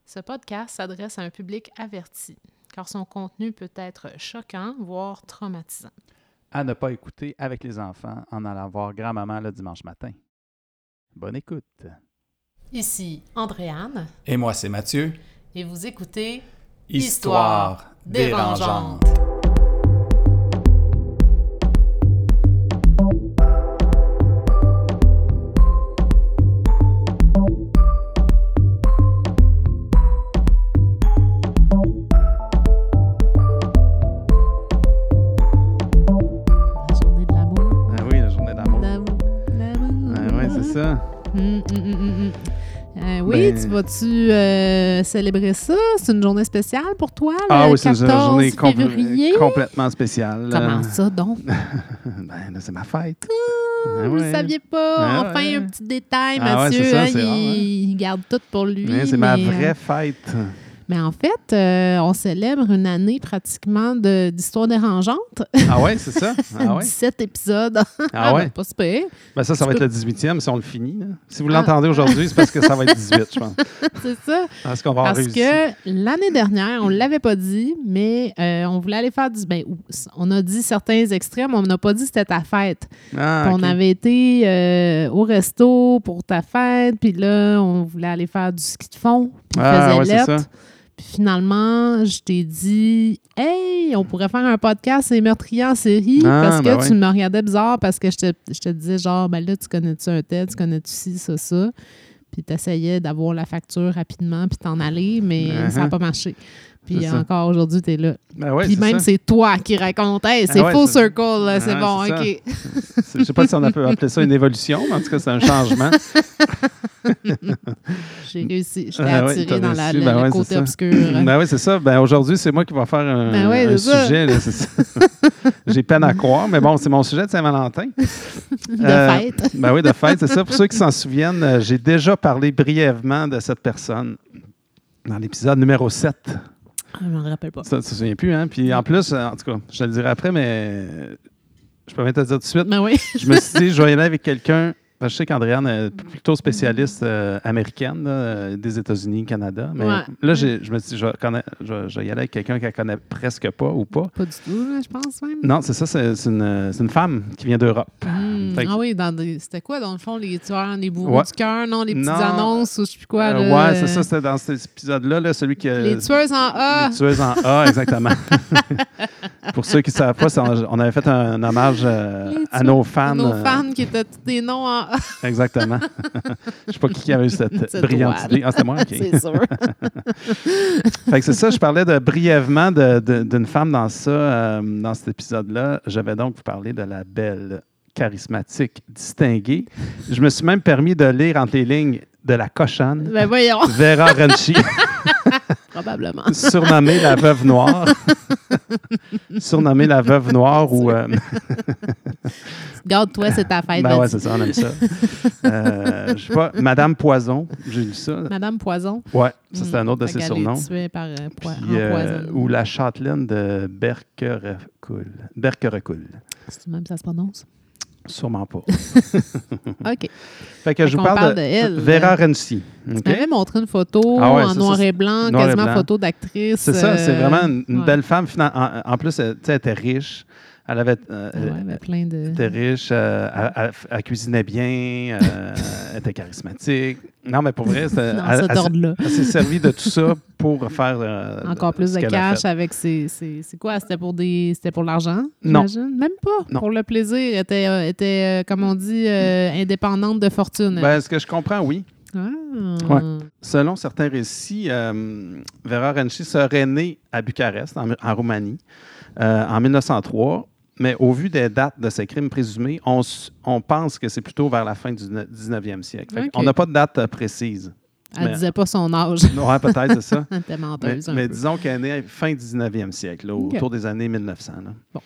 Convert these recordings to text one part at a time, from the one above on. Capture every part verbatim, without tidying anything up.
Ce podcast s'adresse à un public averti, car son contenu peut être choquant, voire traumatisant. À ne pas écouter avec les enfants en allant voir grand-maman le dimanche matin. Bonne écoute. Ici Andréane. Et moi, c'est Mathieu. Et vous écoutez Histoire dérangeante. Hum, hum, hum, hum. Euh, oui, ben, tu vas-tu euh, célébrer ça? C'est une journée spéciale pour toi, le ah oui, c'est une journée février? compl- complètement spéciale. Comment ça, donc? ben, là, c'est ma fête. Ah, ben, vous ne ouais. saviez pas. Ben, enfin, ouais. un petit détail, ah, Mathieu. Ouais, ça, hein, il, rare, hein? il garde tout pour lui. Ben, c'est mais, ma vraie fête. Mais en fait, euh, on célèbre une année pratiquement de, d'histoire dérangeante. Ah ouais, c'est ça? Ah ouais? dix-sept épisodes. Ah ouais? Pas super. Ben ça, ça va tu être peux... le dix-huitième si on le finit. Là. Si vous l'entendez ah. aujourd'hui, c'est parce que ça va être dix-huit, je pense. C'est ça. Parce qu'on va Parce réussir. que l'année dernière, on ne l'avait pas dit, mais euh, on voulait aller faire du... Ben, on a dit certains extrêmes, on n'a pas dit que c'était ta fête. Ah, okay. On avait été euh, au resto pour ta fête, puis là, on voulait aller faire du ski de fond. Puis ah, faisait ouais, c'est ça. Puis finalement, je t'ai dit « Hey, on pourrait faire un podcast, c'est meurtrier en série. Ah, » parce que ben tu ouais. me regardais bizarre parce que je te, je te disais genre « Ben là, tu connais-tu un tel, tu connais-tu ci, ça, ça. » Puis tu essayais d'avoir la facture rapidement puis t'en aller, mais uh-huh. ça n'a pas marché. Puis c'est encore ça. Aujourd'hui, tu es là. Ben ouais, puis c'est même, ça. c'est toi qui racontes. Hey, c'est ah ouais, full c'est... circle, là, ah, c'est bon, c'est OK. Je ne sais pas si on peut appeler ça une évolution, mais en tout cas, c'est un changement. J'ai réussi. Je t'ai ah, attiré ouais, dans la, ben le ouais, côté obscur. Ben oui, c'est ça. Ben aujourd'hui, c'est moi qui vais faire un, ben ouais, un c'est sujet. Là, c'est ça. J'ai peine à croire, mais bon, c'est mon sujet de Saint-Valentin. De euh, fête. Ben oui, de fête, c'est ça. Pour ceux qui s'en souviennent, j'ai déjà parlé brièvement de cette personne dans l'épisode numéro sept. Je ne m'en rappelle pas. Ça, tu ne te souviens plus, hein? Puis en plus, en tout cas, je te le dirai après, mais je peux même te le dire tout de suite. Ben oui. Je me suis dit, je vais y aller avec quelqu'un. Je sais qu'Andréane est plutôt spécialiste euh, américaine, là, des États-Unis, Canada. Mais ouais. là, j'ai, je me suis dit, je vais, connaître, je, vais, je vais y aller avec quelqu'un qu'elle connaît presque pas ou pas. Pas du tout, là, je pense même. Non, c'est ça, c'est, c'est, une, c'est une femme qui vient d'Europe. Mmh. Que, ah oui, dans des, c'était quoi, dans le fond, les tueurs, les bourreaux ouais. du cœur, non, les petites non, annonces ou je sais plus quoi. Euh, là, ouais, c'est ça, c'était dans cet épisode-là, là, celui qui... Les tueuses en A. Les tueuses en A, exactement. Pour ceux qui ne savent pas, on avait fait un, un hommage euh, à nos fans. Nos euh, fans qui étaient tous des noms en A. Exactement. Je ne sais pas qui avait eu cette c'est brillante toi, idée. Ah, c'était moi? OK. C'est sûr. Fait que c'est ça, je parlais de, brièvement de, de, d'une femme dans ça, euh, dans cet épisode-là. Je vais donc vous parler de la belle, charismatique, distinguée. Je me suis même permis de lire entre les lignes de la cochonne. Ben voyons. Vera Renchi. Probablement. Surnommée la veuve noire. Surnommée la veuve noire ou... Euh... Garde-toi, c'est ta fête. Ben ouais, c'est ça, on aime ça. euh, je sais pas, Madame Poison, j'ai lu ça. Madame Poison? Ouais, ça c'est un autre de ses surnoms. Par, euh, po- Puis, euh, ou la châtelaine de Berkerecoul. Berkerecoul. C'est même ça se prononce? Sûrement pas. OK. Fait que fait je vous parle, parle de, de elle. Vera Renchi. Okay? Tu m'avais montré une photo ah ouais, en noir ça, et blanc, noir quasiment et blanc. photo d'actrice. C'est ça, c'est vraiment une, une ouais. belle femme. En, en plus, elle, elle était riche. Elle avait, euh, ouais, elle avait plein de... Elle était riche, euh, elle, elle, elle cuisinait bien, euh, elle était charismatique. Non, mais pour vrai, c'était, Dans elle, cet elle, ordre-là. Elle, elle s'est servie de tout ça pour faire... Euh, Encore plus de cash avec ses... ses c'est quoi? C'était pour, des, c'était pour l'argent? Non. J'imagine? Même pas. Non. Pour le plaisir. Elle était, euh, était euh, comme on dit, euh, indépendante de fortune. Ben, ce que je comprends, oui. Ah. Ouais. Selon certains récits, euh, Vera Renchi serait née à Bucarest, en, en Roumanie, euh, en mille neuf cent trois. Mais au vu des dates de ces crimes présumés, on, on pense que c'est plutôt vers la fin du dix-neuvième siècle. Okay. On n'a pas de date euh, précise. Elle ne disait pas son âge. Oui, peut-être, c'est ça. Elle était menteuse. Mais, mais disons qu'elle est née fin dix-neuvième siècle, là, okay. autour des années mille neuf cents. Là. Bon.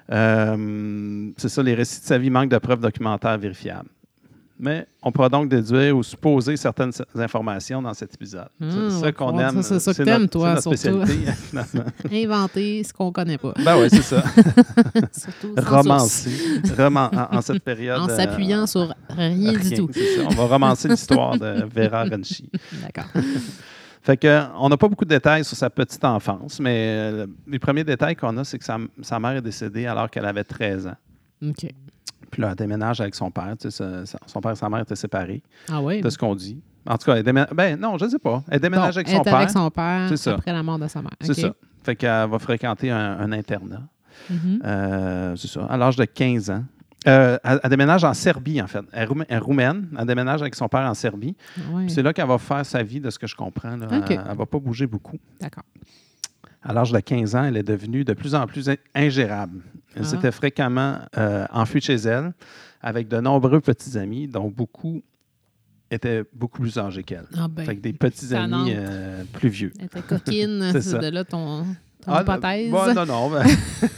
Euh, c'est ça, les récits de sa vie manquent de preuves documentaires vérifiables. Mais on pourra donc déduire ou supposer certaines informations dans cet épisode. Mmh, c'est ça qu'on aime. Ça, c'est ça que t'aimes, toi, c'est notre spécialité, finalement. Inventer ce qu'on ne connaît pas. Ben oui, c'est ça. Surtout romancer. Roman- en, en cette période. En s'appuyant euh, sur rien, rien du tout. C'est ça. On va romancer l'histoire de Vera Renchi. D'accord. Fait que, on n'a pas beaucoup de détails sur sa petite enfance, mais euh, les premiers détails qu'on a, c'est que sa, sa mère est décédée alors qu'elle avait treize ans. OK. Puis là, elle déménage avec son père. Tu sais, son père et sa mère étaient séparés, ah oui? de ce qu'on dit. En tout cas, elle déménage... Ben non, je ne sais pas. Elle déménage bon, avec elle son est père. avec son père c'est ça. après la mort de sa mère. C'est okay. ça. Fait qu'elle va fréquenter un, un internat. Mm-hmm. Euh, c'est ça, à l'âge de quinze ans. Euh, elle, elle déménage en Serbie, en fait. Elle est roumaine. Elle déménage avec son père en Serbie. Ah ouais. C'est là qu'elle va faire sa vie, de ce que je comprends. Là. Okay. Elle ne va pas bouger beaucoup. D'accord. À l'âge de quinze ans, elle est devenue de plus en plus ingérable. Elle ah. s'était fréquemment euh, enfuie chez elle avec de nombreux petits amis, dont beaucoup étaient beaucoup plus âgés qu'elle. Ah ben, fait que des petits amis euh, plus vieux. Elle était coquine. c'est, c'est de là ton... Ah, hypothèse. Bon, non, non. Ben,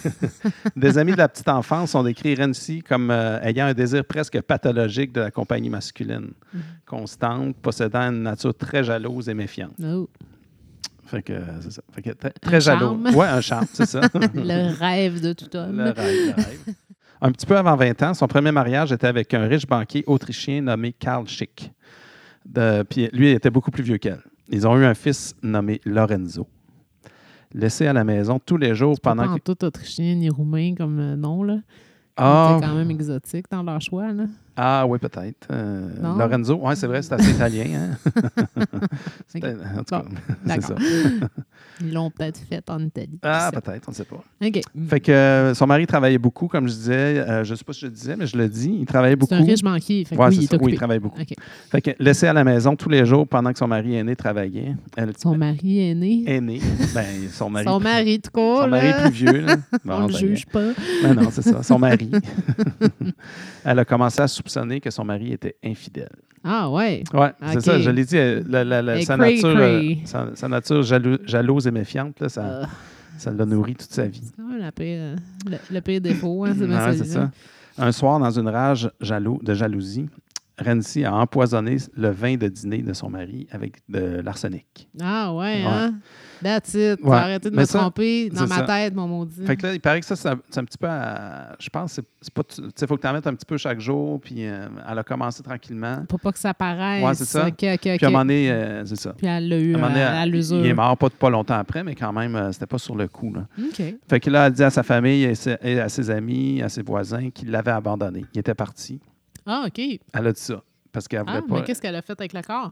des amis de la petite enfance ont décrit Renzi comme euh, ayant un désir presque pathologique de la compagnie masculine, mm-hmm. constante, possédant une nature très jalouse et méfiante. Oh. Fait que c'est ça. Fait que très, très jaloux. Oui, un charme, c'est ça. Le rêve de tout homme. Le rêve, le rêve. Un petit peu avant vingt ans, son premier mariage était avec un riche banquier autrichien nommé Karl Schick. De, puis lui, il était beaucoup plus vieux qu'elle. Ils ont eu un fils nommé Lorenzo. Laissé à la maison tous les jours c'est pendant pas en tout autrichien ni roumain comme euh, nom, là. Ah, c'était quand même exotique dans leur choix, là. Ah oui, peut-être. Euh, Lorenzo, oui, c'est vrai, c'est assez italien. Hein? c'est okay. En tout cas, bon, c'est ça. Ils l'ont peut-être fait en Italie. Ah, peut-être, on ne sait pas. OK. Fait que euh, son mari travaillait beaucoup, comme je disais. Euh, je ne sais pas si je le disais, mais je le dis. Il travaillait beaucoup. C'est un riche banquier. Fait que ouais, oui, il est occupé. Oui, il travaillait beaucoup. Okay. Fait que laissé à la maison tous les jours pendant que son mari aîné travaillait. Elle, son mari aîné? Aîné. Ben, son mari. son mari, tout court. Son mari plus vieux. Là. Bon, on ne le juge pas. Non, non, c'est ça. Son mari. Elle a commencé à soupçonner que son mari était infidèle. Ah ouais? Oui, okay. C'est ça, je l'ai dit. La, la, la, sa, cray, nature, cray. Euh, sa, sa nature jaloux, jalouse et méfiante, là, ça, uh. ça l'a nourri toute sa vie. C'est la pire, le, le pire défaut, hein, c'est, non, c'est ça. Un soir, dans une rage jalou, de jalousie, Renzi a empoisonné le vin de dîner de son mari avec de l'arsenic. Ah ouais, ouais. Hein? That's it. Ouais. Arrêtez de Mais me ça, tromper dans ma ça. tête, mon maudit. Fait que là, il paraît que ça, c'est un, c'est un petit peu... À, je pense que c'est, c'est pas... Tu sais, il faut que tu en mettes un petit peu chaque jour, puis euh, elle a commencé tranquillement. Pour pas que ça paraisse. Ouais, c'est ça. Okay, okay, okay. Puis à un moment donné, euh, c'est ça. Puis elle l'a eu à, donné, à, à l'usure. Il est mort pas, pas longtemps après, mais quand même, euh, c'était pas sur le coup. Là. OK. Fait que là, elle dit à sa famille et, ses, et à ses amis, à ses voisins, qu'il l'avait abandonné. Il était parti. Ah, OK. Elle a dit ça. Parce qu'elle voulait ah, pas... mais qu'est-ce qu'elle a fait avec le corps?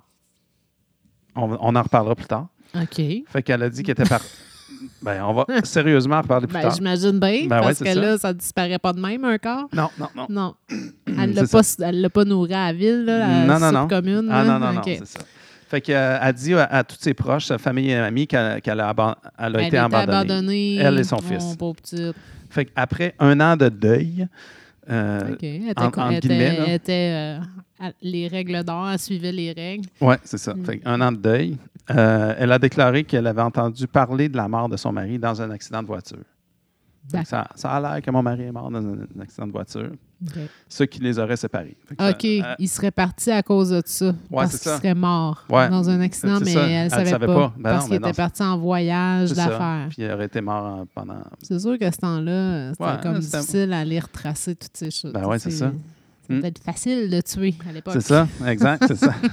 On, on en reparlera plus tard. OK. Fait qu'elle a dit qu'elle était partie. Ben, on va sérieusement en reparler plus ben, tard. J'imagine bien, ben, parce ouais, que ça. là, ça disparaît pas de même, un corps. Non, non, non. Non. Elle l'a pas, elle l'a pas nourri à la ville, là, non, la non, non. commune. Ah, là. non, non, okay. non, c'est ça. Fait qu'elle euh, a dit à, à tous ses proches, sa famille et amis, qu'elle, qu'elle a, aban- elle a elle été abandonnée. abandonnée. Elle et son oh, fils. Pauvre petite. Fait qu'après un an de deuil, euh, okay. Elle était, en, en elle guillemets, était, elle était euh, les règles d'or, elle suivait les règles. Oui, c'est ça. Mm. Fait qu'un an de deuil. Euh, elle a déclaré qu'elle avait entendu parler de la mort de son mari dans un accident de voiture. Ça, ça a l'air que mon mari est mort dans un, un accident de voiture. Okay. Ce qui les aurait séparés. OK. Ça, euh, il serait parti à cause de ça. Ouais, parce c'est qu'il ça. serait mort ouais. dans un accident, c'est mais ça. elle ne savait, savait pas. pas. Ben parce non, qu'il ben était parti en voyage c'est d'affaires. Ça. Puis il aurait été mort pendant... C'est sûr qu'à ce temps-là, c'était ouais, comme c'était... difficile à aller retracer toutes ces choses. Ben oui, c'est ça. C'était peut-être mm. facile de tuer à l'époque. C'est ça, exact, c'est ça.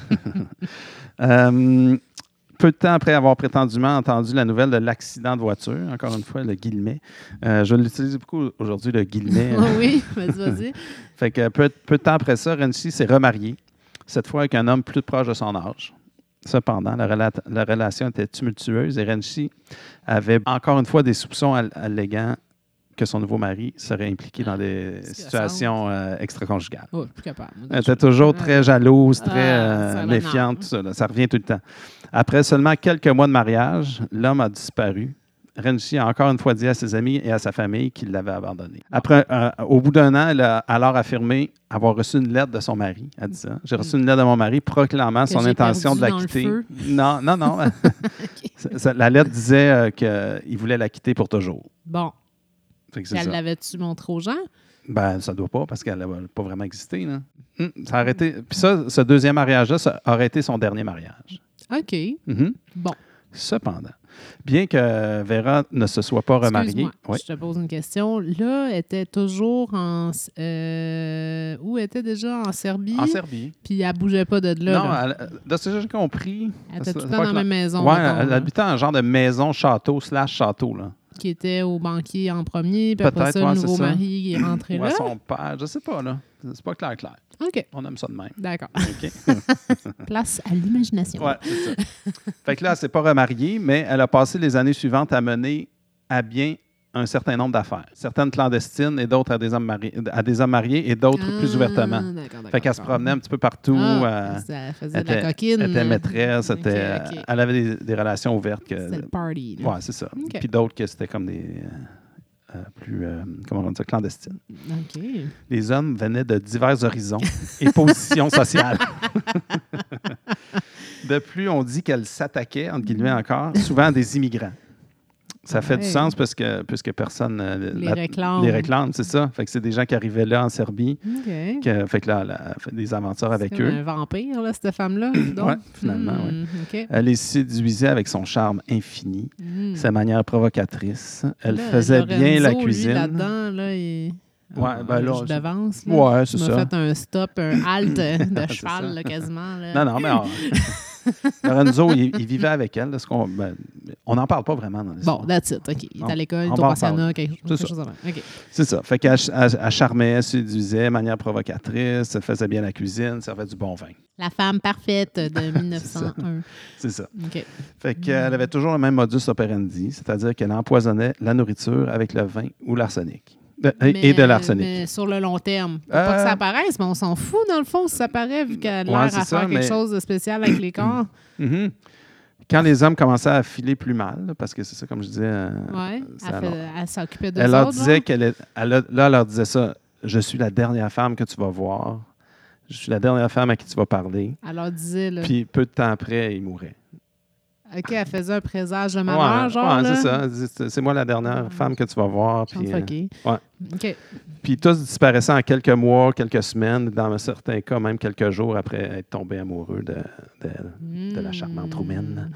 euh, peu de temps après avoir prétendument entendu la nouvelle de l'accident de voiture, encore une fois, le guillemet. Euh, je l'utilise beaucoup aujourd'hui, le guillemet. oh oui, vas-y, vas-y. Fait que peu, peu de temps après ça, Renzi s'est remarié, cette fois avec un homme plus proche de son âge. Cependant, la, rela- la relation était tumultueuse et Renzi avait encore une fois des soupçons all- alléguant que son nouveau mari serait impliqué dans des situations euh, extra-conjugales. Oh, plus capable. Elle était toujours très jalouse, très ah, euh, méfiante, tout ça, là. Ça revient tout le temps. Après seulement quelques mois de mariage, l'homme a disparu. Renzi a encore une fois dit à ses amis et à sa famille qu'il l'avait abandonné. Après, euh, au bout d'un an, elle a alors affirmé avoir reçu une lettre de son mari. Elle dit ça. J'ai reçu une lettre de mon mari proclamant que son intention de la quitter. Non, non, non. okay. ça, la lettre disait euh, qu'il voulait la quitter pour toujours. Bon. Fait que c'est elle ça. l'avait-tu montré aux gens? Ben, ça ne doit pas, parce qu'elle n'a pas vraiment existé. Là. Hum, ça a arrêté. Puis ça, ce deuxième mariage-là, ça aurait été son dernier mariage. OK. Mm-hmm. Bon. Cependant, Bien que Vera ne se soit pas remariée. Oui. Je te pose une question. Là, elle était toujours en... Euh, où elle était déjà? En Serbie? En Serbie. Puis elle ne bougeait pas de là. Non, là. Elle, de ce que j'ai compris... Elle était tout le temps dans la même maison. Oui, elle, elle habitait un genre de maison-château slash château, là. Qui était au banquier en premier, puis après ça, ouais, le nouveau mari qui est rentré ouais, là. Son père, je sais pas, là. C'est pas clair, clair. OK. On aime ça de même. D'accord. Okay. Place à l'imagination. Oui, c'est ça. Fait que là, elle ne s'est pas remariée, mais elle a passé les années suivantes à mener à bien un certain nombre d'affaires. Certaines clandestines et d'autres à des hommes mariés, à des hommes mariés et d'autres ah, plus ouvertement. D'accord, d'accord, fait qu'elle se promenait un petit peu partout. Ah, euh, elle faisait elle de la était, coquine. Elle était maîtresse. Okay, était, okay. Elle avait des, des relations ouvertes. C'était le party. Oui, c'est ça. Okay. Puis d'autres que c'était comme des... Euh, plus, euh, comment on dit ça, clandestines. Okay. Les hommes venaient de divers horizons et positions sociales. De plus, on dit qu'elle s'attaquait, entre guillemets encore, souvent à des immigrants. Ça fait ouais. du sens parce que, puisque personne euh, les, la, réclame. les réclame. C'est ça. Fait que c'est des gens qui arrivaient là en Serbie. Okay. Que, fait que là, elle a fait des aventures avec c'est eux. C'est un vampire, là, cette femme-là. Oui, finalement. Mm, ouais. Okay. Elle les séduisait avec son charme infini, mm. sa manière provocatrice. Elle là, faisait Lorenzo, bien la lui, cuisine. Là-dedans, là, il... Ouais, oh, ben là, je devance. Là. Ouais, c'est tu ça. m'as fait un stop, un halt de cheval, là, quasiment. Là. Non, non, mais... On... Lorenzo, il, il vivait avec elle. Là, ce qu'on, ben, on n'en parle pas vraiment dans l'histoire. Bon, that's it. OK. Il est à l'école, il est au pensionnat, quelque, quelque chose avant. OK. C'est ça. Fait qu'elle elle, elle charmait, elle séduisait de manière provocatrice, elle faisait bien la cuisine, servait du bon vin. La femme parfaite de mille neuf cent un. C'est ça. C'est ça. OK. Fait qu'elle avait toujours le même modus operandi, c'est-à-dire qu'elle empoisonnait la nourriture avec le vin ou l'arsenic. De, mais, et de l'arsenic. Mais sur le long terme. Euh, pas que ça apparaisse, mais on s'en fout, dans le fond, si ça paraît, vu qu'elle a l'air ouais, à ça, faire mais... quelque chose de spécial avec les corps. Mm-hmm. Quand les hommes commençaient à filer plus mal, parce que c'est ça, comme je disais... Oui, elle, fait, elle s'occupait de Elle autres, leur disait là. qu'elle est, elle a, là, elle leur disait ça, « Je suis la dernière femme que tu vas voir. Je suis la dernière femme à qui tu vas parler. » Elle leur disait, là. Puis peu de temps après, il mourait. OK, elle faisait un présage de malheur, ouais, genre, ouais, là? c'est ça. C'est, c'est moi la dernière mmh. femme que tu vas voir. Puis, euh, ouais. OK. Puis tous disparaissaient en quelques mois, quelques semaines, dans certains cas, même quelques jours après être tombés amoureux de, de, mmh. de la charmante roumaine.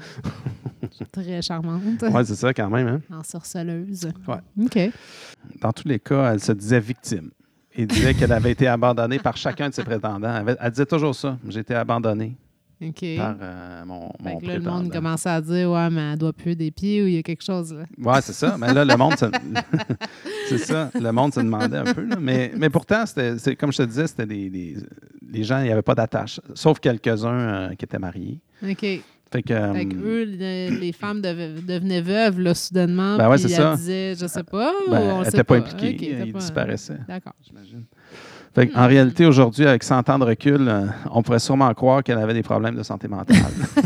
Très charmante. Oui, c'est ça, quand même. Hein? En sorceleuse. Ouais. OK. Dans tous les cas, elle se disait victime. Et disait qu'elle avait été abandonnée par chacun de ses prétendants. Elle, avait, elle disait toujours ça. J'ai été abandonnée. Okay. Par euh, mon, fait mon que là, le monde commençait à dire « Ouais, mais elle doit puer des pieds ou il y a quelque chose. » là. Oui, c'est ça. Mais là, le monde se... c'est ça. Le monde se demandait un peu. Là. Mais, mais pourtant, c'était, c'est, comme je te disais, c'était des, des... les gens, il n'y avait pas d'attache. Sauf quelques-uns euh, qui étaient mariés. OK. Fait que, euh... fait que eux, le, les femmes dev- devenaient veuves, là, soudainement. Ben ouais, puis c'est elles ça. disaient, je sais pas. Ben, ou on elle n'était pas, pas impliquée. Okay, ils pas... disparaissaient. D'accord. J'imagine. Fait en mmh. réalité, aujourd'hui, avec cent ans de recul, euh, on pourrait sûrement croire qu'elle avait des problèmes de santé mentale.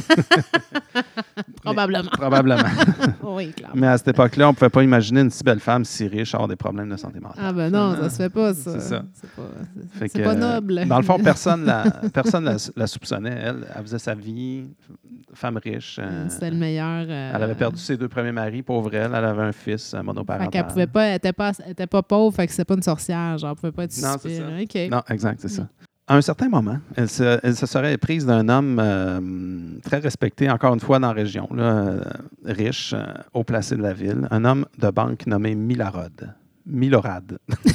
Probablement. Mais, probablement. Oui, clairement. Mais à cette époque-là, on ne pouvait pas imaginer une si belle femme si riche avoir des problèmes de santé mentale. Ah ben non, ça se fait pas, ça. C'est ça. C'est pas, c'est, fait c'est que, pas noble. Dans le fond, personne la, personne la, la soupçonnait. Elle, elle faisait sa vie, femme riche. Euh, C'était le meilleur. Euh... Elle avait perdu ses deux premiers maris, pauvre elle. Elle avait un fils un monoparental. Fait qu'elle pouvait pas, elle était pas, elle était pas pauvre, fait que c'était pas une sorcière. Genre, elle pouvait pas être non, stupide. c'est ça. Okay. Non, exact, c'est mm. ça. À un certain moment, elle se, elle se serait prise d'un homme euh, très respecté, encore une fois, dans la région, là, euh, riche, euh, haut placé de la ville, un homme de banque nommé Milorad. Milorad.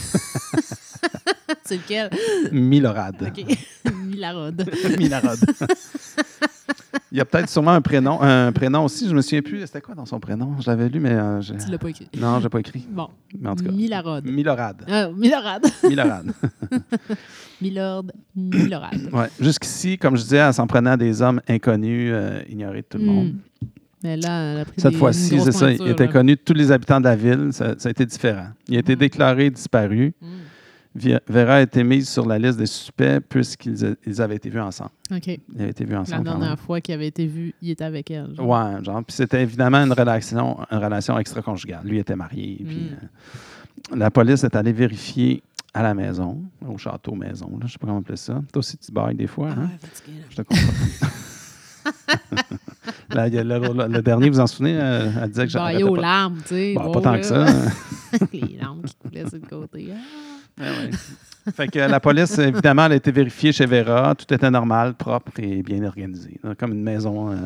C'est lequel? Milorad. OK. Milorad. Milorad. Il y a peut-être sûrement un prénom, un prénom aussi. Je ne me souviens plus. C'était quoi dans son prénom? Je l'avais lu, mais... Euh, tu ne l'as pas écrit. Non, je l'ai pas écrit. Bon. Mais en tout cas, Milorad. Milorad. Ah, Milorad. Milorad. Milord, Milorad. Ouais. Jusqu'ici, comme je disais, elle s'en prenait à des hommes inconnus, euh, ignorés de tout le monde. Mm. Mais là, elle a pris Cette des, fois-ci, c'est ça. Il était connu de tous les habitants de la ville. Ça, ça a été différent. Il a été mm. déclaré disparu. Mm. Vera a été mise sur la liste des suspects puisqu'ils ils avaient été vus ensemble. OK. Ils avaient été vus ensemble. La dernière fois qu'il avait été vu, il était avec elle. Genre. Ouais, genre. Puis c'était évidemment une relation, une relation extra-conjugale. Lui était marié. Mm. Puis, euh, la police est allée vérifier à la maison, au château maison. Là, je ne sais pas comment appeler ça. Toi aussi, tu bailles des fois. Ah hein? ouais, fatigué. Là. Je te comprends. Là, le, le, le dernier, vous en souvenez, euh, elle disait que j'avais. Bailler aux larmes, tu sais. Bon, pas tant là. que ça. Les larmes qui coulaient sur le côté. Ah. Ouais, ouais. Fait que la police, évidemment, elle a été vérifiée chez Vera. Tout était normal, propre et bien organisé. Comme une maison euh,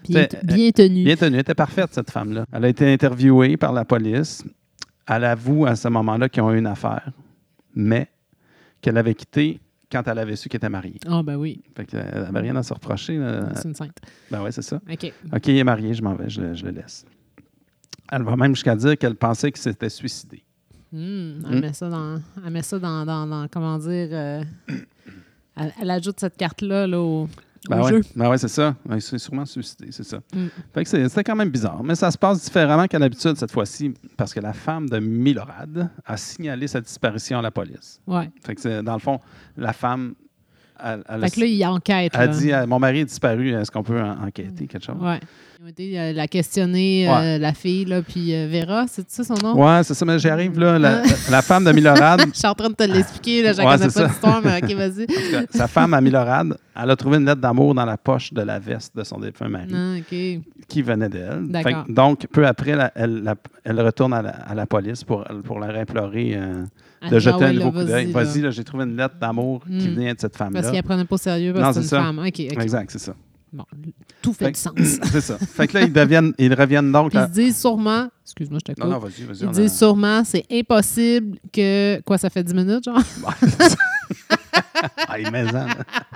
Bien, bien tenue. Bien tenue. Elle était parfaite, cette femme-là. Elle a été interviewée par la police. Elle avoue à ce moment-là qu'ils ont eu une affaire, mais qu'elle avait quitté quand elle avait su qu'elle était mariée. Ah, oh, ben oui. Fait qu'elle n'avait rien à se reprocher. Là. C'est une sainte. Ben oui, c'est ça. OK. OK, il est marié, je m'en vais, je le, je le laisse. Elle va même jusqu'à dire qu'elle pensait qu'il s'était suicidé. Mmh, elle, mmh. Met ça dans, elle met ça dans, dans, dans comment dire, euh, elle, elle ajoute cette carte-là là, au, ben au ouais. jeu. Ben oui, c'est ça. Il s'est sûrement suicidé, c'est ça. Mmh. Fait que c'est, c'était quand même bizarre. Mais ça se passe différemment qu'à l'habitude cette fois-ci, parce que la femme de Milorad a signalé sa disparition à la police. Ouais. Fait que c'est, dans le fond, la femme... Elle, elle fait que là, il enquête. Elle là. dit « Mon mari est disparu, est-ce qu'on peut en- enquêter quelque chose? » Ouais. Ils ont été euh, la questionner, ouais. euh, la fille, là, puis euh, Vera, c'est ça son nom? Ouais, c'est ça, mais j'y arrive là. La, la femme de Milorad... Je suis en train de te l'expliquer, là, je ne ouais, connais pas ça. l'histoire, mais OK, vas-y. Parce que sa femme à Milorad, elle a trouvé une lettre d'amour dans la poche de la veste de son défunt mari, Ah, OK. qui venait d'elle. D'accord. Fait, donc, peu après, la, elle, la, elle retourne à la, à la police pour, pour leur implorer euh, de ah, jeter ouais, un nouveau là, coup d'œil. vas-y, Vas-y, là, j'ai trouvé une lettre d'amour mm. qui vient de cette femme-là. Parce qu'elle ne prenait pas au sérieux parce non, que c'est une ça. femme. OK, OK. Exact, c'est ça. Bon, tout fait, fait du sens. C'est ça. Fait que là, ils, deviennent, ils reviennent donc... Puis à... ils se disent sûrement... Excuse-moi, je te coupe. Non, non, vas-y, vas-y. Ils on disent a... sûrement, c'est impossible que... Quoi, ça fait dix minutes, genre? ah, il m'aisant,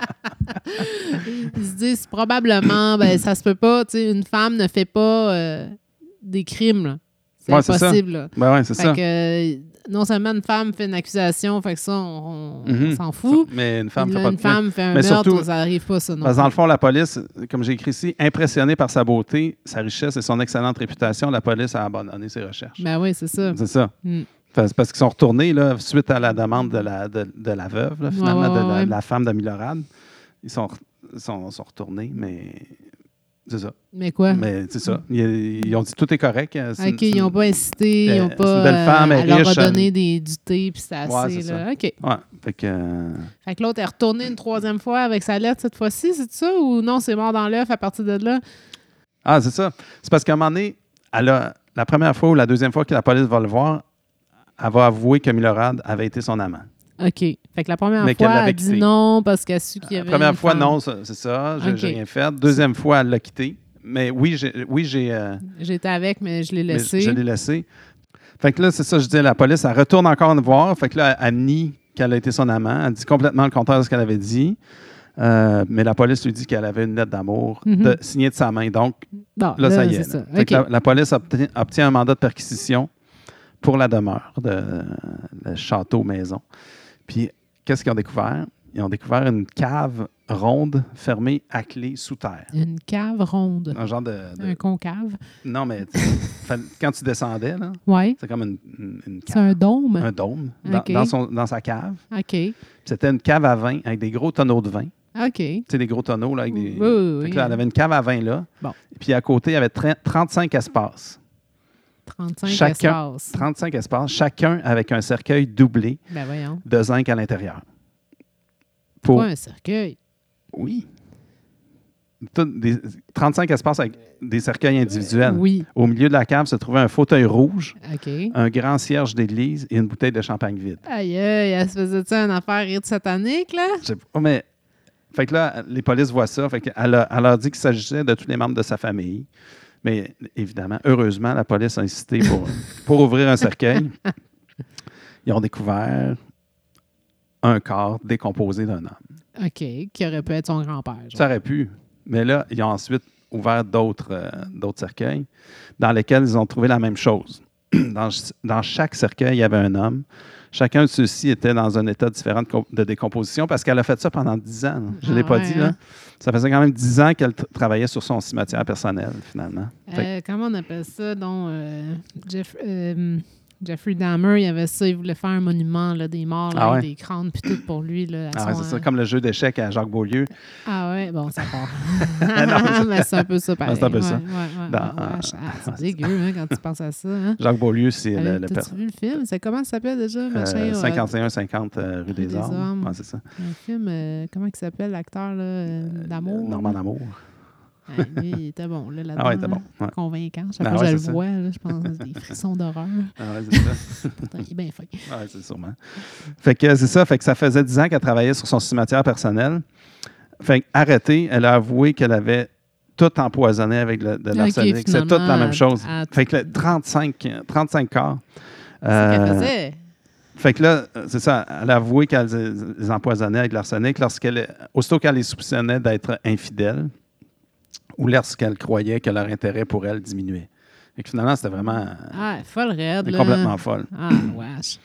Ils se disent probablement, ben ça se peut pas, tu sais, une femme ne fait pas euh, des crimes, là. C'est ouais, impossible, c'est là. Ben ouais, c'est fait ça. Que, euh, non seulement une femme fait une accusation, fait que ça, on, on, mm-hmm. on s'en fout. Mais une femme là, fait pas une de femme fait un mais meurtre, surtout, ça n'arrive pas, ça, non. Parce que dans le fond, la police, comme j'ai écrit ici, impressionnée par sa beauté, sa richesse et son excellente réputation, la police a abandonné ses recherches. Ben oui, c'est ça. C'est ça. Mm. Parce qu'ils sont retournés là, suite à la demande de la, de, de la veuve, là, finalement, ouais, ouais, de, la, ouais. de la femme de Milorad. Ils sont, sont, sont retournés, mais c'est ça. Mais quoi? Mais c'est ça. Ils, ils ont dit tout est correct. C'est, OK, c'est, ils n'ont pas incité, ils n'ont c'est pas. une belle femme, euh, elle elle est leur a riche, donné elle... des, du thé, puis c'est assez. Ouais, c'est là. ça. OK. Ouais. Fait que, euh... fait que l'autre est retourné une troisième fois avec sa lettre cette fois-ci, c'est ça? Ou non, c'est mort dans l'œuf à partir de là? Ah, c'est ça. C'est parce qu'à un moment donné, elle a, la première fois ou la deuxième fois que la police va le voir, elle va avouer que Milorad avait été son amant. OK. Fait que la première Mais fois, elle quitté. dit non parce qu'elle a su qu'il y avait La première une fois, femme. non, c'est ça. J'ai, OK. j'ai rien fait. Deuxième fois, elle l'a quitté. Mais oui, j'ai... Oui, j'ai euh, J'étais avec, mais je l'ai laissé. Je, je l'ai laissé. Fait que là, c'est ça, je dis, la police, elle retourne encore nous voir. Fait que là, elle, elle nie qu'elle a été son amant. Elle dit complètement le contraire de ce qu'elle avait dit. Euh, mais la police lui dit qu'elle avait une lettre d'amour Mm-hmm. de, signée de sa main. Donc, bon, là, là, ça y est. c'est ça. Fait OK. que la, la police obtient, obtient un mandat de perquisition pour la demeure de le château-maison. Puis, qu'est-ce qu'ils ont découvert? Ils ont découvert une cave ronde fermée à clé sous terre. Une cave ronde. Un genre de... de... Un concave. Non, mais tu- fait- quand tu descendais, là, Oui. c'est comme une, une, une cave. C'est un dôme. Un dôme dans, OK. dans, son, dans sa cave. OK. Puis c'était une cave à vin avec des gros tonneaux de vin. OK. Tu sais, des gros tonneaux là, avec des... Oui, oui, Fait que oui. là, elle avait une cave à vin là. Bon. Puis à côté, il y avait trente-cinq espaces. trente-cinq Chacun, espaces. trente-cinq espaces, chacun avec un cercueil doublé Ben voyons. de zinc à l'intérieur. Pour... Pas un cercueil. Oui. Tout des, trente-cinq espaces avec des cercueils individuels. Oui. Au milieu de la cave se trouvait un fauteuil rouge, OK. un grand cierge d'église et une bouteille de champagne vide. Aïe, aïe, elle se faisait-tu une affaire rite satanique, là? Je sais pas, mais... Fait que là, les polices voient ça. Fait qu'elle a, elle leur dit qu'il s'agissait de tous les membres de sa famille. Mais évidemment, heureusement, la police a insisté pour, pour ouvrir un cercueil. Ils ont découvert un corps décomposé d'un homme. OK. Qui aurait pu être son grand-père. genre. Ça aurait pu. Mais là, ils ont ensuite ouvert d'autres, euh, d'autres cercueils dans lesquels ils ont trouvé la même chose. Dans, dans chaque cercueil, il y avait un homme. Chacun de ceux-ci était dans un état différent de, de décomposition parce qu'elle a fait ça pendant dix ans. Là. Je ne l'ai Ah pas ouais, dit. Là. hein? Ça faisait quand même dix ans qu'elle t- travaillait sur son cimetière personnel, finalement. Fait Euh, comment on appelle ça? Donc, euh, Jeff- euh, Jeffrey Dahmer, il y avait ça, il voulait faire un monument là, des morts, là, Ah avec ouais? des crânes puis tout pour lui. Là, à ah ouais, son, c'est ça, euh, comme le jeu d'échecs à Jacques Beaulieu. Ah ouais, bon, ça part. Non, mais c'est un peu ça, pareil. c'est un peu ouais, ça. Ouais, ouais, Dans- ouais, ouais. Ah, c'est dégueu hein, quand tu penses à ça. Hein? Jacques Beaulieu, c'est Euh, le, le T'as-tu per- vu le film? C'est comment ça s'appelle déjà? Machin, euh, ouais. cinquante et un cinquante euh, rue des, des Hommes. Hommes. Ouais, c'est ça. Un film, euh, comment il s'appelle l'acteur là, euh, d'amour? Euh, Normand D'Amour. Ouais, lui, il était bon là, là-dedans. Ah ouais, il était bon. hein. Ouais. Convaincant. Chaque Ah fois que ouais, je le c'est ça. vois, là, je pense des frissons d'horreur. Ah ouais, c'est ça. Pourtant, il est bien fait. Oui, c'est sûrement. Fait que c'est ça. Fait que ça faisait dix ans qu'elle travaillait sur son cimetière personnel. Fait qu'arrêtée, elle a avoué qu'elle avait tout empoisonné avec le, de l'arsenic. Okay, c'est toute la même chose. À... Fait que le trente-cinq, trente-cinq corps. C'est euh, ce qu'elle faisait. Fait que là, c'est ça, elle a avoué qu'elle les empoisonnait avec l'arsenic lorsqu'elle, aussitôt qu'elle les soupçonnait d'être infidèles ou lorsqu'elle croyait que leur intérêt pour elle diminuait. Fait que finalement, c'était vraiment... Ah, folle raide, là. Complètement folle. Ah, wesh.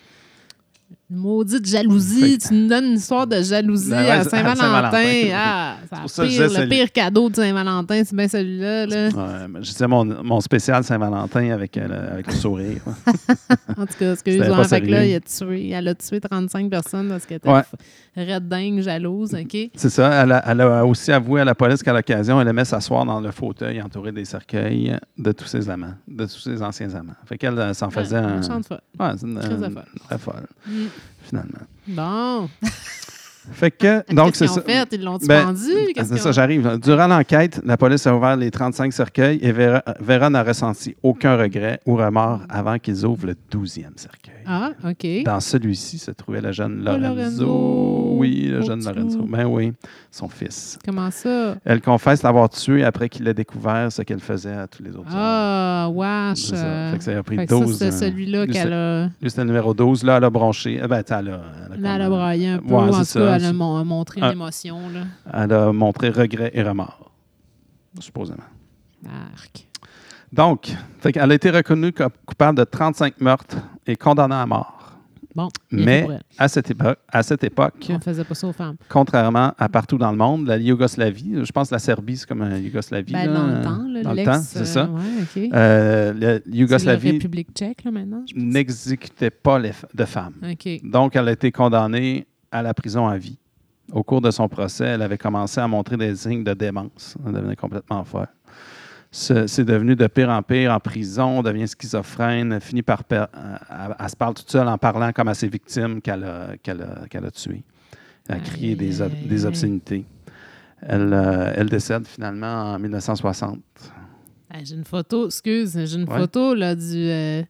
Maudite jalousie. Fait... Tu nous donnes une histoire de jalousie ben ouais, à Saint-Valentin. Saint-Valentin. Ah, c'est pire, le pire cadeau de Saint-Valentin, c'est bien celui-là. Là. Ouais, je disais mon, mon spécial Saint-Valentin avec, euh, avec le sourire. En tout cas, excuse-moi, fait que là, il a tué, elle a tué trente-cinq personnes parce qu'elle était ouais. raide dingue, jalouse. Okay? C'est ça. Elle a, elle a aussi avoué à la police qu'à l'occasion, elle aimait s'asseoir dans le fauteuil entouré des cercueils de tous ses amants, de tous ses anciens amants. Fait qu'elle elle, s'en faisait ouais, un... Une folle. Ouais, c'est une, très une, folle. Très folle. Mm. Finalement. Bon. Fait que, donc, Qu'est-ce c'est qu'ils ont ça. fait? Ils l'ont-tu ben, pendu? Qu'est-ce c'est ça, j'arrive. Durant l'enquête, la police a ouvert les trente-cinq cercueils et Vera, Vera n'a ressenti aucun regret ou remords avant qu'ils ouvrent le douzième cercueil. Ah, OK. Dans celui-ci se trouvait le jeune oh, Lorenzo. Lorenzo. Oui, le oh, jeune Lorenzo. Ben oui, son fils. Comment ça? Elle confesse l'avoir tué après qu'il ait découvert ce qu'elle faisait à tous les autres. Ah, wesh. C'est ça. Fait que ça a pris fait douze. Ça, c'est celui-là lui, qu'elle a... Lui, c'était le numéro douze. Là, elle a bronché. Ben, elle a... Elle a, là, elle a braillé un peu. Ouais, en tout ça. cas, elle a montré une ah. émotion. Là. Elle a montré regret et remords, supposément. Arc. Donc, fait qu'elle a été reconnue coupable de trente-cinq meurtres et condamnée à mort. Bon, mais à cette, époque, à cette époque, on ne faisait pas ça aux femmes. Contrairement à partout dans le monde, la Yougoslavie, je pense que la Serbie, c'est comme la Yougoslavie. Ben, là, dans le temps, là, dans l'ex, le temps, c'est ça. Euh, ouais, okay. euh, la Yougoslavie c'est la République tchèque, là, maintenant, n'exécutait pas les, de femmes. Okay. Donc, elle a été condamnée à la prison à vie. Au cours de son procès, elle avait commencé à montrer des signes de démence. Elle devenait complètement folle. C'est devenu de pire en pire en prison, devient schizophrène, finit par... Per... Elle, elle se parle toute seule en parlant comme à ses victimes qu'elle a, qu'elle a, qu'elle a tuées. Elle a crié des, ob... des obscénités. Elle, euh, elle décède finalement en mille neuf cent soixante. Hey, j'ai une photo, excuse, j'ai une ouais. photo là, du... Euh...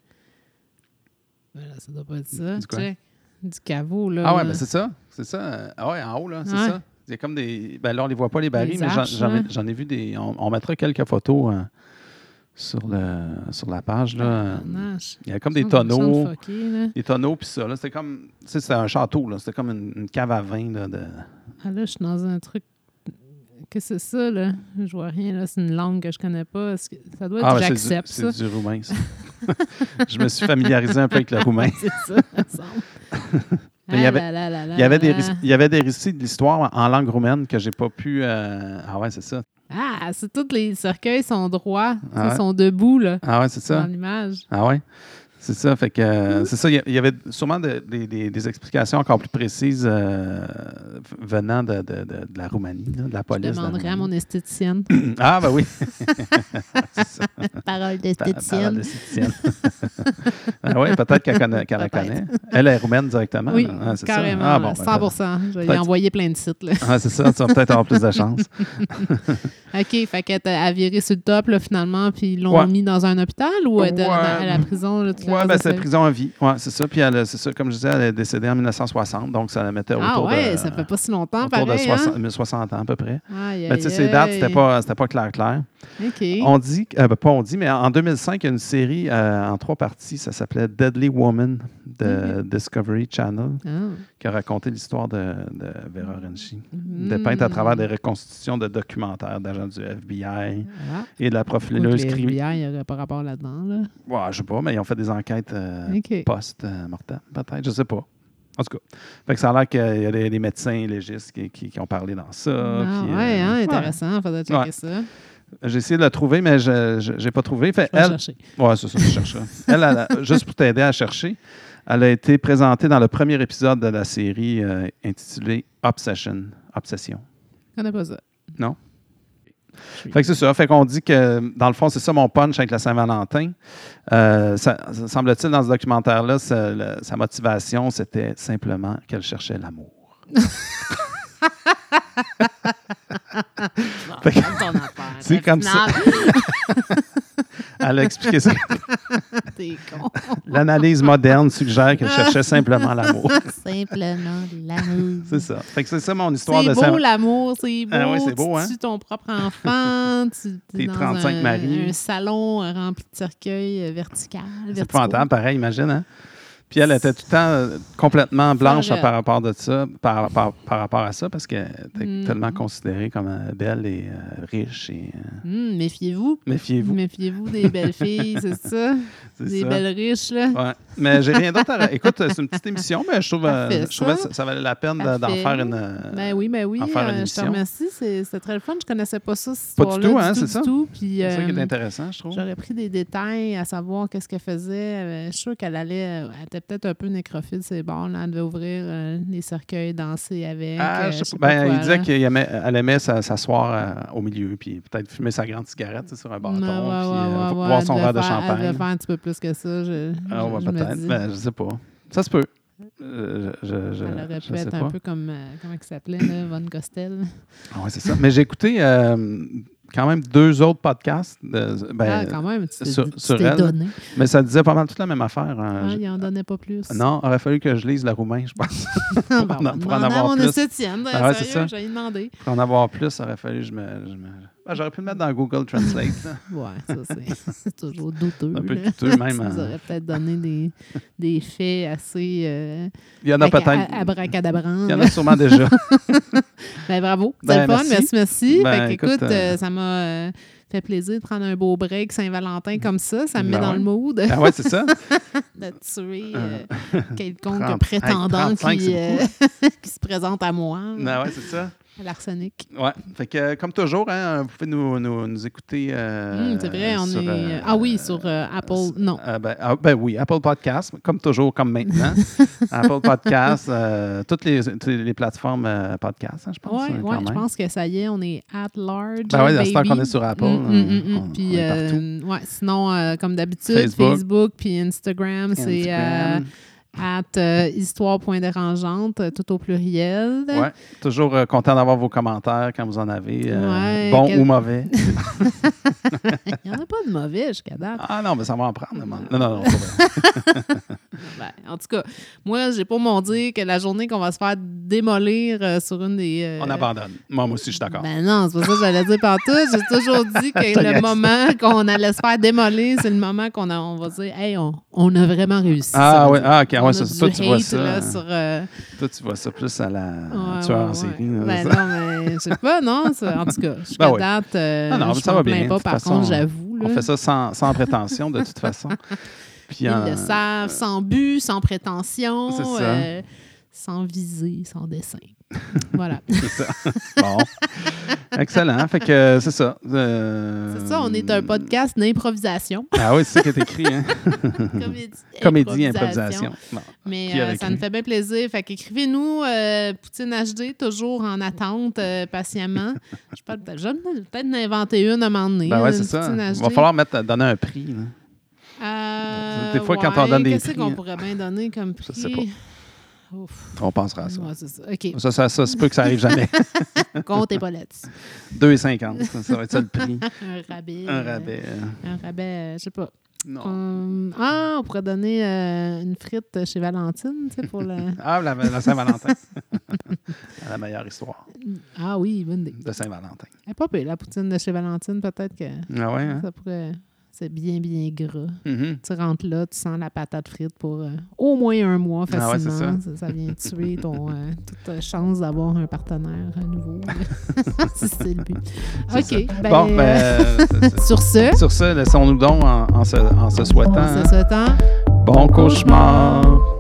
Voilà, ça doit pas être ça. Du, quoi? Du caveau, là. Ah ouais, ben c'est ça. C'est ça. Ah ouais, en haut, là, c'est ouais. ça. Il y a comme des... Ben là, on ne les voit pas, les barils, mais j'en ai, j'en ai vu des... On, on mettra quelques photos euh, sur, le, sur la page, là. Ah, il y a comme des tonneaux. Foquer, des tonneaux, puis ça, là. C'était comme... Tu sais, c'était un château, là. C'était comme une, une cave à vin, là. De... Ah là, je suis dans un truc... Qu'est-ce que c'est ça, là? Je vois rien, là. C'est une langue que je connais pas. Que... Ça doit être ah, du j'accepte, ça. C'est du roumain, ça. Je me suis familiarisé un peu avec le roumain. C'est ça, ça semble. Il y, avait, il, y avait des, il y avait des récits de l'histoire en langue roumaine que j'ai pas pu... Euh... Ah ouais, c'est ça. Ah, c'est tous les cercueils sont droits. Ah ouais. Sont debout, là. Ah ouais, c'est ça. Dans l'image. Ah ouais. C'est ça. Fait que euh, c'est ça. Il y avait sûrement de, de, de, des explications encore plus précises euh, venant de, de, de, de la Roumanie, là, de la police. Je demanderais de à mon esthéticienne. Ah, ben oui. Parole d'esthéticienne. Parole d'esthéticienne. Ah oui, peut-être qu'elle, connaît, qu'elle la connaît. Elle est roumaine directement. Oui, ah, c'est carrément. Ça. Ah, bon, cent pour cent. Je vais lui envoyer plein de sites. Là. Ah, c'est ça. Tu vas peut-être avoir plus de chance. OK. Fait qu'elle a viré sur le top, là, finalement, puis ils l'ont ouais. mis dans un hôpital ou ouais. dans, à la prison? Là, oui, ben, c'est prison à vie. Oui, c'est ça. Puis, elle, c'est ça, comme je disais, elle est décédée en mille neuf cent soixante, donc ça la mettait autour ah, ouais, de... ça fait pas si longtemps, autour pareil, de soixante, hein? soixante ans, à peu près. Aïe, mais tu sais, ces dates, c'était pas, c'était pas clair, clair. OK. On dit, euh, ben, pas on dit, mais en deux mille cinq, il y a une série euh, en trois parties, ça s'appelait Deadly Woman de mm-hmm. Discovery Channel, oh. qui a raconté l'histoire de, de Vera Renchi, mm-hmm. dépeinte à travers des reconstitutions de documentaires d'agents du F B I ah. et de la profileuse criminelle. Le F B I, il n'y aurait pas rapport là-dedans, là? Ouais, je sais pas, mais ils ont fait des enquêtes euh, okay. post-mortem, peut-être, je sais pas. En tout cas, fait que ça a l'air qu'il y a des, des médecins légistes qui, qui, qui ont parlé dans ça. Ah, puis, ouais, euh, hein, intéressant, il faudrait checker ouais. ça. J'ai essayé de la trouver, mais je n'ai pas trouvé. Fait, je vais elle, chercher. Ouais, c'est ça, je cherche. Elle, elle, elle, juste pour t'aider à chercher, elle a été présentée dans le premier épisode de la série euh, intitulée Obsession. Obsession. Je connais pas ça. Non? Fait que c'est ça. Fait qu'on dit que, dans le fond, c'est ça mon punch avec la Saint-Valentin. Euh, ça, ça, semble-t-il, dans ce documentaire-là, ça, le, sa motivation, c'était simplement qu'elle cherchait l'amour. Fait que, ton affaire, c'est comme ça. Elle a expliqué ça. T'es T'es con. L'analyse moderne suggère que je cherchais simplement l'amour. Simplement l'amour. C'est ça. Fait que c'est ça mon histoire c'est de beau, Saint- l'amour, c'est beau. Ah oui, c'est beau, tu hein? tues ton propre enfant. Tu Tes es dans trente-cinq un, maris. un salon rempli de cercueils euh, vertical. C'est épouvantable, pareil, imagine, hein? Puis elle était tout le temps euh, complètement blanche Arrête. par rapport de ça, par, par, par rapport à ça, parce qu'elle était Mm. tellement considérée comme euh, belle et euh, riche. Et, euh, Hum, méfiez-vous. méfiez-vous. Méfiez-vous des belles filles, c'est ça? C'est Des ça. belles riches, là. Ouais. Mais j'ai rien d'autre à... Écoute, c'est une petite émission, mais je trouve, euh, Parfait, je trouvais ça. ça, ça valait la peine de- d'en Parfait. faire une... euh, Ben oui, ben oui. en faire une euh, je te émission. remercie. C'est- C'était très le fun. Je connaissais pas ça, cette Pas du histoire-là. tout, hein, du c'est du ça? tout. Puis, c'est ça qui est euh, intéressant, je trouve. J'aurais pris des détails à savoir qu'est-ce qu'elle faisait. Euh, Je suis sûre qu'elle allait... Elle était peut-être un peu nécrophile, c'est bon. Là, elle devait ouvrir euh, les cercueils, danser avec. Ah, euh, je je sais sais pas. pas Ben, quoi, il disait là. qu'elle aimait, elle aimait s'a- s'asseoir euh, au milieu, puis peut-être fumer sa grande cigarette tu sais, sur un bâton, Ouais, puis ouais, euh, ouais, ouais, boire elle son devait verre de faire- Elle devait champagne. faire un petit peu plus que ça. Je, Ah, ouais, je- je me peut-être. dis. Ben, je sais pas. Ça se peut. Euh, je, je, je, Elle aurait je pu sais être pas. un peu comme... euh, comment il s'appelait, là? Von Costel. Ah ouais, c'est ça. Mais j'ai écouté euh, quand même deux autres podcasts. De, ben, ah, quand même, tu t'es, sur- tu sur t'es elle. donné. Mais ça disait pas mal toute la même affaire. hein. Ah, Je- il en donnait pas plus. Non, il aurait fallu que je lise le roumain, je pense. Ah, ben, pour on en- va pour en demander à avoir mon plus. esthétienne. Ah ouais, c'est Sérieux, ça. j'ai demandé. Pour en avoir plus, il aurait fallu que je me... Je me... Ben, j'aurais pu le mettre dans Google Translate. là. Ouais, ça, c'est, c'est toujours douteux. Un peu là. douteux, même, Tu hein. nous aurais peut-être donné des, des faits assez euh, Il y en a aca- peut-être... a- abracadabrants. Il y en là. a sûrement déjà. Ben, bravo, c'est Ben, le fun. merci. Merci, merci. Ben, fait qu'écoute, écoute, euh, euh, ça m'a euh, fait plaisir de prendre un beau break Saint-Valentin comme ça. Ça me met Ben dans ouais. le mood Ah ouais, c'est ça. de tuer euh, quelconque trente prétendant hey, trente-cinq, qui, c'est euh, qui se présente à moi, Ben ouais, c'est ça. à l'arsenic. Ouais. Fait que, euh, comme toujours, hein, vous pouvez nous, nous, nous écouter. euh, Hum, c'est vrai, on sur, est... euh, ah oui, sur euh, Apple... Non. Euh, ben, ah, ben oui, Apple Podcast, comme toujours, comme maintenant. Apple Podcast, euh, toutes, les, toutes les plateformes euh, podcast, hein, je pense. Oui, euh, quand ouais, je même. pense que ça y est, on est at large. Ben oui, à ce temps baby. qu'on est sur Apple, Mm, mm, mm, on- mm. on- Puis, on est euh, ouais, sinon, euh, comme d'habitude, Facebook. Facebook, puis Instagram, c'est euh, Instagram. at euh, histoire.dérangeante, euh, tout au pluriel. Ouais, toujours euh, content d'avoir vos commentaires quand vous en avez, euh, Ouais, bons quel- ou mauvais. Il n'y en a pas de mauvais jusqu'à date. Ah non, mais ça va en prendre. Non, non, non. pas vrai. Ben, en tout cas, moi, j'ai pas mon dire que la journée qu'on va se faire démolir euh, sur une des... euh, On abandonne. Moi, moi aussi, je suis d'accord. Ben non, c'est pas ça que j'allais dire partout. J'ai toujours dit que le T'agaces. moment qu'on allait se faire démolir, c'est le moment qu'on a, on va dire, hey, on, on a vraiment réussi. Ah ça veut ouais, dire. ah, ok, ouais, On a ça, du toi, tu vois hate, ça. là, hein. sur, euh, Toi, tu vois ça plus à la ouais, tueur ouais, en ouais. série. là, Ben ça. non, mais je sais pas, non. ça- en tout cas, jusqu'à Ben oui. date, euh, Ah non, je mais ça m'en va plains bien. pas. De toute Par façon, contre, j'avoue. On là. fait ça sans, sans prétention, de toute façon. Puis, Ils euh, le savent, sans but, sans prétention, C'est ça. euh, sans visée, sans dessin. Voilà. c'est ça. Bon. Excellent. Fait que euh, c'est ça. Euh, C'est ça, on est un podcast d'improvisation. Ah oui, c'est ça qui est écrit. Hein? Comédie, Comédie, improvisation. Bon. Mais Qui euh, aurait ça cru? nous fait bien plaisir. Fait qu'écrivez-nous, euh, Poutine H D, toujours en attente, euh, patiemment. Je sais pas, peut-être, je vais peut-être en inventer une à un moment donné. Ben ouais, une c'est ça. Poutine H D. Il va falloir mettre, donner un prix. Là. Euh, Des fois, quand ouais, on donne des qu'est-ce prix, qu'on hein. pourrait bien donner comme prix? Je sais pas. Ouf. On pensera à ça. Ouais, c'est ça. OK, Ça, ça, ça se peut que ça arrive jamais. comptez pas là-dessus. deux virgule cinquante. Ça, ça va être ça le prix. Un rabais. Un euh, rabais. euh, Un rabais, euh, je sais pas. Non. Hum, ah, on pourrait donner euh, une frite chez Valentine, tu sais, pour le... Ah, la, la Saint-Valentin. La meilleure histoire Ah oui, bonne idée. de Saint-Valentin. Elle est pas pire, la poutine de chez Valentine, peut-être que Ah ouais, hein? ça pourrait... C'est bien, bien gras. Mhm. Tu rentres là, tu sens la patate frite pour euh, au moins un mois Ah ouais, c'est facilement. ça. ça. ça vient tuer ton, euh, toute ta chance d'avoir un partenaire à nouveau. Si c'est le but. C'est OK. ça. Ben, Bon, ben, euh, c'est- c'est- sur ce, sur ce, laissons-nous donc en, en se, en se souhaitant on hein, se souhaitant bon cauchemar.